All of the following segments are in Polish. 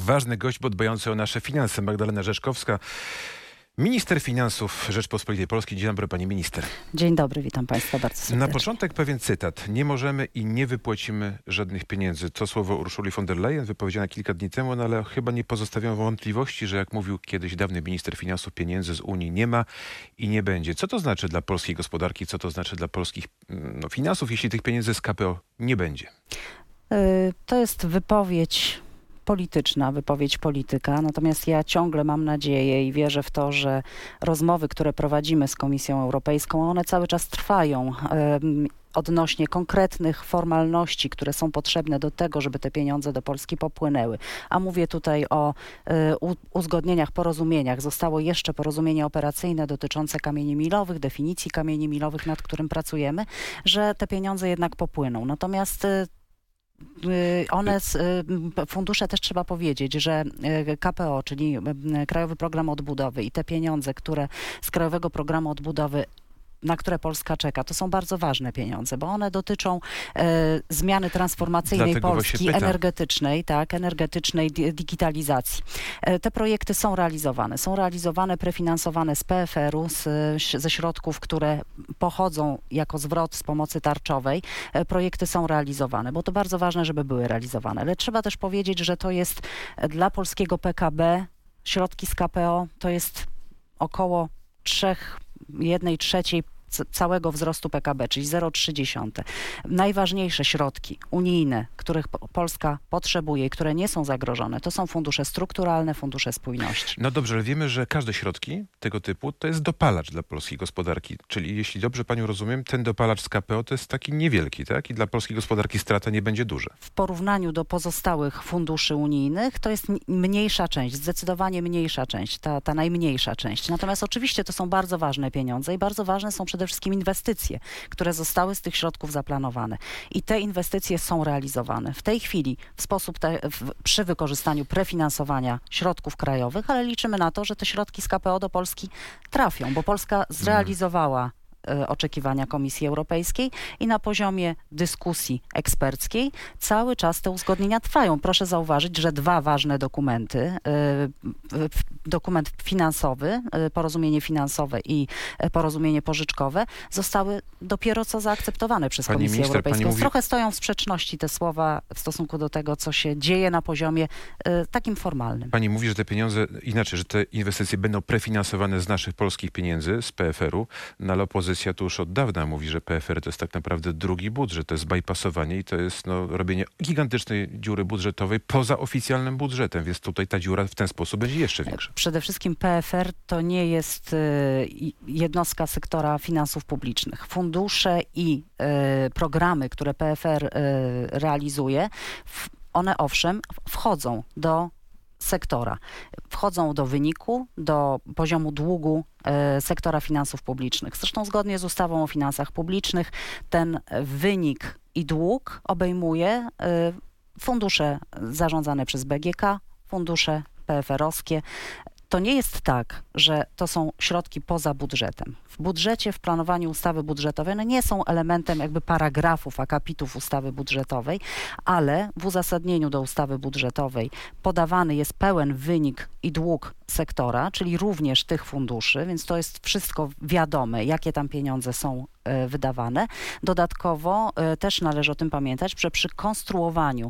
ważny gość, bo dbający o nasze finanse, Magdalena Rzeczkowska, minister finansów Rzeczpospolitej Polskiej. Dzień dobry, pani minister. Dzień dobry, witam państwa bardzo serdecznie. Na początek pewien cytat. Nie możemy i nie wypłacimy żadnych pieniędzy. To słowo Ursuli von der Leyen wypowiedziane kilka dni temu, no ale chyba nie pozostawiam wątpliwości, że jak mówił kiedyś dawny minister finansów, pieniędzy z Unii nie ma i nie będzie. Co to znaczy dla polskiej gospodarki? Co to znaczy dla polskich finansów, jeśli tych pieniędzy z KPO nie będzie? To jest wypowiedź polityczna, wypowiedź polityka. Natomiast ja ciągle mam nadzieję i wierzę w to, że rozmowy, które prowadzimy z Komisją Europejską, one cały czas trwają odnośnie konkretnych formalności, które są potrzebne do tego, żeby te pieniądze do Polski popłynęły. A mówię tutaj o uzgodnieniach, porozumieniach. Zostało jeszcze porozumienie operacyjne dotyczące kamieni milowych, definicji kamieni milowych, nad którym pracujemy, że te pieniądze jednak popłyną. Natomiast fundusze też trzeba powiedzieć, że KPO, czyli Krajowy Program Odbudowy i te pieniądze, które z Krajowego Programu Odbudowy, na które Polska czeka, to są bardzo ważne pieniądze, bo one dotyczą zmiany transformacyjnej Dlatego Polski, energetycznej, digitalizacji. Te projekty są realizowane, prefinansowane z PFR-u, ze środków, które pochodzą jako zwrot z pomocy tarczowej. Projekty są realizowane, bo to bardzo ważne, żeby były realizowane. Ale trzeba też powiedzieć, że to jest dla polskiego PKB, środki z KPO, to jest około 1/3 całego wzrostu PKB, czyli 0,3. Najważniejsze środki unijne, których Polska potrzebuje i które nie są zagrożone, to są fundusze strukturalne, fundusze spójności. No dobrze, ale wiemy, że każde środki tego typu to jest dopalacz dla polskiej gospodarki. Czyli jeśli dobrze panią rozumiem, ten dopalacz z KPO to jest taki niewielki, tak? I dla polskiej gospodarki strata nie będzie duża. W porównaniu do pozostałych funduszy unijnych to jest mniejsza część, zdecydowanie mniejsza część, ta najmniejsza część. Natomiast oczywiście to są bardzo ważne pieniądze i bardzo ważne są przede wszystkim inwestycje, które zostały z tych środków zaplanowane. I te inwestycje są realizowane w tej chwili przy wykorzystaniu prefinansowania środków krajowych, ale liczymy na to, że te środki z KPO do Polski trafią, bo Polska zrealizowała oczekiwania Komisji Europejskiej i na poziomie dyskusji eksperckiej cały czas te uzgodnienia trwają. Proszę zauważyć, że dwa ważne dokumenty, dokument finansowy, porozumienie finansowe i porozumienie pożyczkowe zostały dopiero co zaakceptowane przez Komisję Europejską. Trochę stoją w sprzeczności te słowa w stosunku do tego, co się dzieje na poziomie takim formalnym. Pani mówi, że te pieniądze, inaczej, że te inwestycje będą prefinansowane z naszych polskich pieniędzy, z PFR-u, no ale opozycja tu już od dawna mówi, że PFR to jest tak naprawdę drugi budżet, to jest bypassowanie i to jest robienie gigantycznej dziury budżetowej poza oficjalnym budżetem, więc tutaj ta dziura w ten sposób będzie jeszcze większa. Przede wszystkim PFR to nie jest jednostka sektora finansów publicznych. Fundusze i programy, które PFR realizuje, one owszem wchodzą do sektora. Wchodzą do wyniku, do poziomu długu sektora finansów publicznych. Zresztą zgodnie z ustawą o finansach publicznych ten wynik i dług obejmuje fundusze zarządzane przez BGK, fundusze PFR-owskie. To nie jest tak, że to są środki poza budżetem. W budżecie, w planowaniu ustawy budżetowej one nie są elementem jakby paragrafów, akapitów ustawy budżetowej, ale w uzasadnieniu do ustawy budżetowej podawany jest pełen wynik i dług sektora, czyli również tych funduszy, więc to jest wszystko wiadome, jakie tam pieniądze są wydawane. Dodatkowo też należy o tym pamiętać, że przy konstruowaniu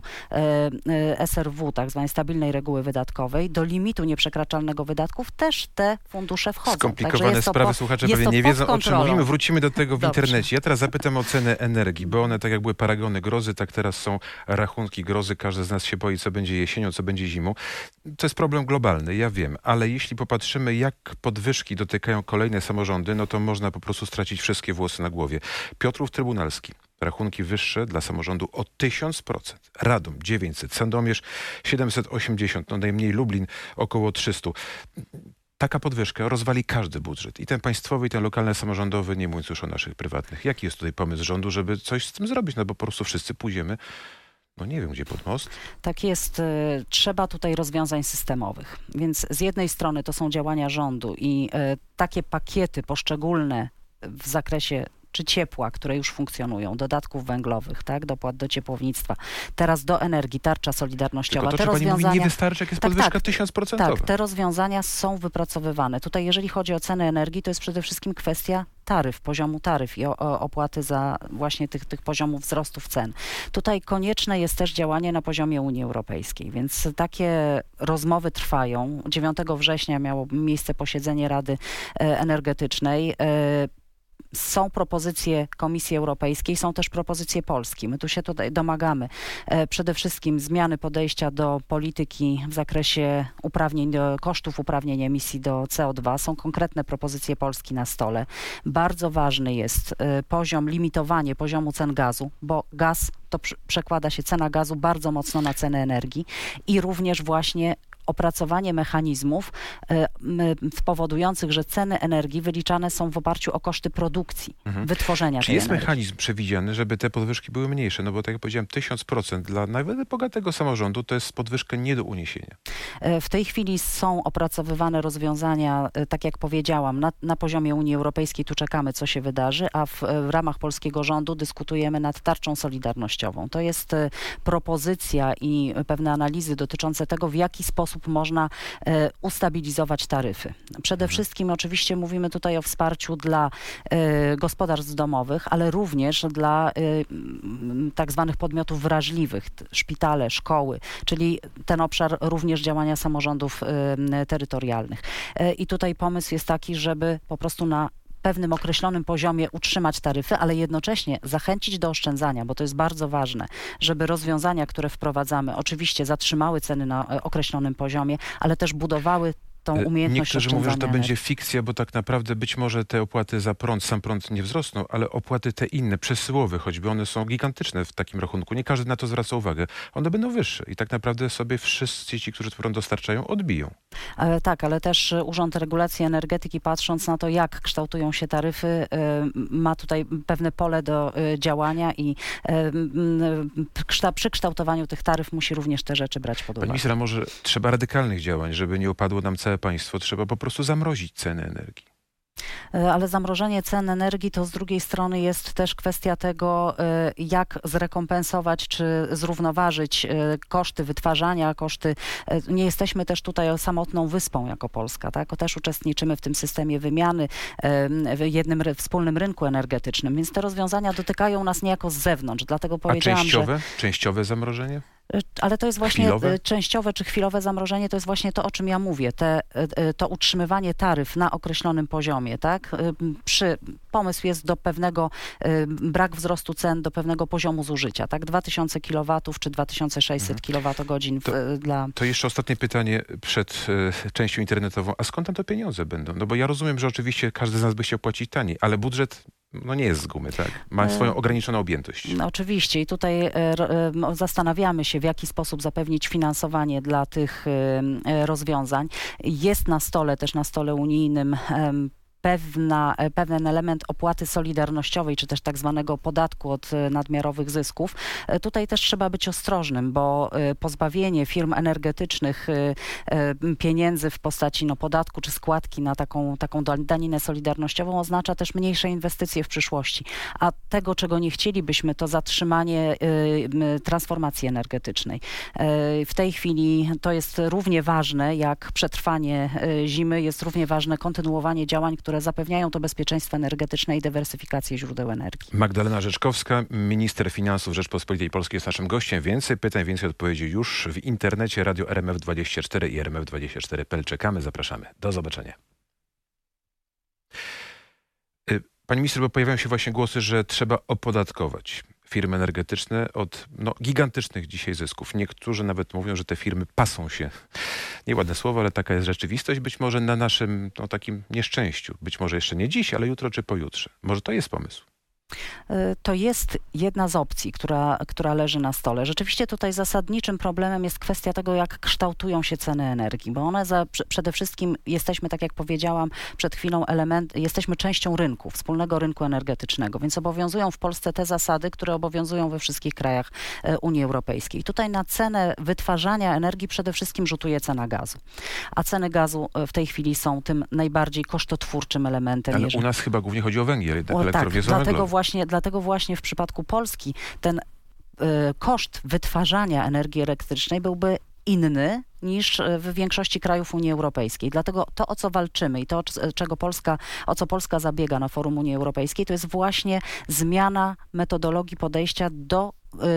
SRW, tak zwanej stabilnej reguły wydatkowej, do limitu nieprzekraczalnego wydatków też te fundusze wchodzą. Skomplikowane sprawy, słuchacze pewnie nie wiedzą, o czym mówimy. Wrócimy do tego w internecie. Ja teraz zapytam o cenę energii, bo one tak jak były paragony grozy, tak teraz są rachunki grozy. Każdy z nas się boi, co będzie jesienią, co będzie zimą. To jest problem globalny, ja wiem, ale jeśli popatrzymy, jak podwyżki dotykają kolejne samorządy, no to można po prostu stracić wszystkie włosy na głowie. Piotrów Trybunalski. Rachunki wyższe dla samorządu o 1000%. Radom 900, Sandomierz 780, no najmniej Lublin około 300. Taka podwyżka rozwali każdy budżet. I ten państwowy, i ten lokalny, samorządowy, nie mówiąc już o naszych prywatnych. Jaki jest tutaj pomysł rządu, żeby coś z tym zrobić? No bo po prostu wszyscy pójdziemy, no nie wiem gdzie, pod most. Tak jest. Trzeba tutaj rozwiązań systemowych. Więc z jednej strony to są działania rządu i takie pakiety poszczególne w zakresie czy ciepła, które już funkcjonują, dodatków węglowych, tak, dopłat do ciepłownictwa, teraz do energii, tarcza solidarnościowa. Tylko to, te pani mówi, nie wystarczy, jak jest podwyżka 1000%. Tak, te rozwiązania są wypracowywane. Tutaj jeżeli chodzi o ceny energii, to jest przede wszystkim kwestia taryf, poziomu taryf i opłaty za właśnie tych poziomów wzrostów cen. Tutaj konieczne jest też działanie na poziomie Unii Europejskiej, więc takie rozmowy trwają. 9 września miało miejsce posiedzenie Rady Energetycznej. Są propozycje Komisji Europejskiej, są też propozycje Polski. My tu się tutaj domagamy przede wszystkim zmiany podejścia do polityki w zakresie uprawnień, kosztów uprawnień emisji do CO2. Są konkretne propozycje Polski na stole. Bardzo ważny jest limitowanie poziomu cen gazu, bo gaz to przekłada się, cena gazu bardzo mocno na cenę energii i również właśnie opracowanie mechanizmów powodujących, że ceny energii wyliczane są w oparciu o koszty produkcji, wytworzenia Czy tej jest energii. mechanizm przewidziany, żeby te podwyżki były mniejsze? No bo tak jak powiedziałem, 1000% dla nawet bogatego samorządu to jest podwyżka nie do uniesienia. W tej chwili są opracowywane rozwiązania, tak jak powiedziałam, na poziomie Unii Europejskiej. Tu czekamy, co się wydarzy, a w ramach polskiego rządu dyskutujemy nad tarczą solidarnościową. To jest propozycja i pewne analizy dotyczące tego, w jaki sposób można ustabilizować taryfy. Przede wszystkim oczywiście mówimy tutaj o wsparciu dla gospodarstw domowych, ale również dla tak zwanych podmiotów wrażliwych, szpitale, szkoły, czyli ten obszar również działania samorządów terytorialnych. I tutaj pomysł jest taki, żeby po prostu na pewnym określonym poziomie utrzymać taryfy, ale jednocześnie zachęcić do oszczędzania, bo to jest bardzo ważne, żeby rozwiązania, które wprowadzamy, oczywiście zatrzymały ceny na określonym poziomie, ale też budowały tą umiejętność Niektórzy mówią, że to energii. będzie fikcja, bo tak naprawdę być może te opłaty za prąd, sam prąd nie wzrosną, ale opłaty te inne, przesyłowe choćby, one są gigantyczne w takim rachunku. Nie każdy na to zwraca uwagę. One będą wyższe i tak naprawdę sobie wszyscy ci, którzy prąd dostarczają, odbiją. Tak, ale też Urząd Regulacji Energetyki, patrząc na to, jak kształtują się taryfy, ma tutaj pewne pole do działania i przy kształtowaniu tych taryf musi również te rzeczy brać pod uwagę. Pani ministra, może trzeba radykalnych działań, żeby nie upadło nam całe państwo. Trzeba po prostu zamrozić ceny energii. Ale zamrożenie cen energii to z drugiej strony jest też kwestia tego, jak zrekompensować czy zrównoważyć koszty wytwarzania, koszty. Nie jesteśmy też tutaj samotną wyspą jako Polska, tak? Też uczestniczymy w tym systemie wymiany, w jednym wspólnym rynku energetycznym, więc te rozwiązania dotykają nas niejako z zewnątrz. Dlatego powiedziałam, częściowe zamrożenie? Ale to jest właśnie chwilowe? Częściowe czy chwilowe zamrożenie, to jest właśnie to, o czym ja mówię. To utrzymywanie taryf na określonym poziomie, tak? Pomysł jest do pewnego, brak wzrostu cen do pewnego poziomu zużycia, tak? 2000 kW czy 2600 kWh dla... To jeszcze ostatnie pytanie przed częścią internetową. A skąd tam te pieniądze będą? No bo ja rozumiem, że oczywiście każdy z nas by chciał płacić taniej, ale budżet nie jest z gumy, tak? Ma swoją ograniczoną objętość. No, oczywiście i tutaj zastanawiamy się, w jaki sposób zapewnić finansowanie dla tych rozwiązań. Jest na stole unijnym pewien element opłaty solidarnościowej, czy też tak zwanego podatku od nadmiarowych zysków. Tutaj też trzeba być ostrożnym, bo pozbawienie firm energetycznych pieniędzy w postaci podatku czy składki na taką daninę solidarnościową oznacza też mniejsze inwestycje w przyszłości. A tego, czego nie chcielibyśmy, to zatrzymanie transformacji energetycznej. W tej chwili to jest równie ważne, jak przetrwanie zimy, jest równie ważne kontynuowanie działań, które zapewniają to bezpieczeństwo energetyczne i dywersyfikację źródeł energii. Magdalena Rzeczkowska, minister finansów Rzeczpospolitej Polskiej jest naszym gościem. Więcej pytań, więcej odpowiedzi już w internecie, radio RMF24 i RMF24.pl. Czekamy, zapraszamy. Do zobaczenia. Pani minister, bo pojawiają się właśnie głosy, że trzeba opodatkować firmy energetyczne od gigantycznych dzisiaj zysków. Niektórzy nawet mówią, że te firmy pasą się. Nieładne słowo, ale taka jest rzeczywistość. Być może na naszym takim nieszczęściu. Być może jeszcze nie dziś, ale jutro czy pojutrze. Może to jest pomysł. To jest jedna z opcji, która leży na stole. Rzeczywiście tutaj zasadniczym problemem jest kwestia tego, jak kształtują się ceny energii, bo one przede wszystkim jesteśmy, tak jak powiedziałam przed chwilą, jesteśmy częścią rynku, wspólnego rynku energetycznego, więc obowiązują w Polsce te zasady, które obowiązują we wszystkich krajach Unii Europejskiej. Tutaj na cenę wytwarzania energii przede wszystkim rzutuje cena gazu, a ceny gazu w tej chwili są tym najbardziej kosztotwórczym elementem. Ale u nas chyba głównie chodzi o węgiel, elektrownie są węglowe. Dlatego właśnie w przypadku Polski ten koszt wytwarzania energii elektrycznej byłby inny niż w większości krajów Unii Europejskiej. Dlatego to, o co walczymy i to, o co Polska zabiega na forum Unii Europejskiej, to jest właśnie zmiana metodologii podejścia do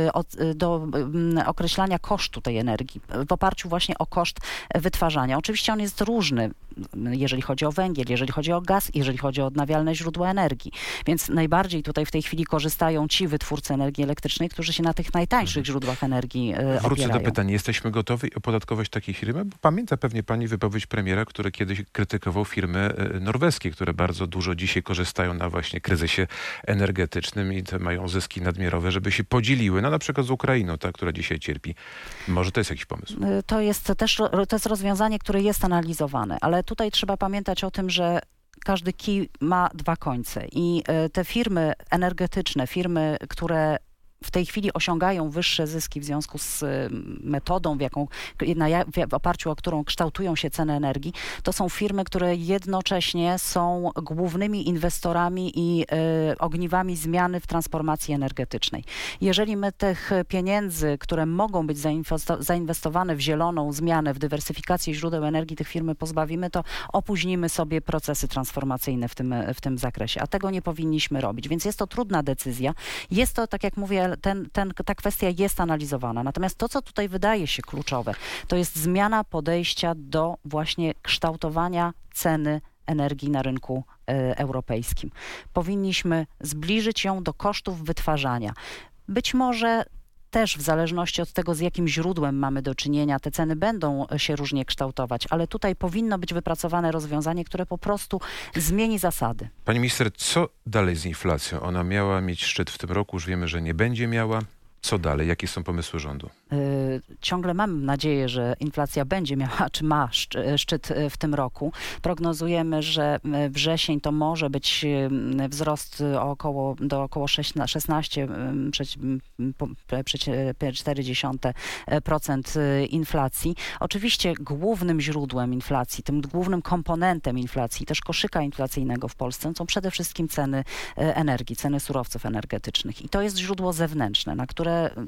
określania kosztu tej energii w oparciu właśnie o koszt wytwarzania. Oczywiście on jest różny, jeżeli chodzi o węgiel, jeżeli chodzi o gaz, jeżeli chodzi o odnawialne źródła energii. Więc najbardziej tutaj w tej chwili korzystają ci wytwórcy energii elektrycznej, którzy się na tych najtańszych źródłach energii Wrócę opierają. do pytania. Jesteśmy gotowi opodatkować takie firmy? Bo pamięta pewnie pani wypowiedź premiera, który kiedyś krytykował firmy norweskie, które bardzo dużo dzisiaj korzystają na właśnie kryzysie energetycznym i te mają zyski nadmiarowe, żeby się podzieliły, no na przykład z Ukrainą, ta, która dzisiaj cierpi. Może to jest jakiś pomysł? To jest rozwiązanie, które jest analizowane, ale tutaj trzeba pamiętać o tym, że każdy kij ma dwa końce i te firmy energetyczne, firmy, które w tej chwili osiągają wyższe zyski w związku z metodą, w oparciu o którą kształtują się ceny energii, to są firmy, które jednocześnie są głównymi inwestorami i ogniwami zmiany w transformacji energetycznej. Jeżeli my tych pieniędzy, które mogą być zainwestowane w zieloną zmianę, w dywersyfikację źródeł energii, tych firmy pozbawimy, to opóźnimy sobie procesy transformacyjne w tym zakresie. A tego nie powinniśmy robić. Więc jest to trudna decyzja. Jest to, tak jak mówię, ta kwestia jest analizowana. Natomiast to, co tutaj wydaje się kluczowe, to jest zmiana podejścia do właśnie kształtowania ceny energii na rynku europejskim. Powinniśmy zbliżyć ją do kosztów wytwarzania. Być może też w zależności od tego, z jakim źródłem mamy do czynienia, te ceny będą się różnie kształtować, ale tutaj powinno być wypracowane rozwiązanie, które po prostu zmieni zasady. Pani minister, co dalej z inflacją? Ona miała mieć szczyt w tym roku, już wiemy, że nie będzie miała. Co dalej? Jakie są pomysły rządu? Ciągle mam nadzieję, że inflacja będzie miała, czy ma szczyt w tym roku. Prognozujemy, że wrzesień to może być wzrost do około 16,4% inflacji. Oczywiście głównym źródłem inflacji, tym głównym komponentem inflacji, też koszyka inflacyjnego w Polsce są przede wszystkim ceny energii, ceny surowców energetycznych. I to jest źródło zewnętrzne, na które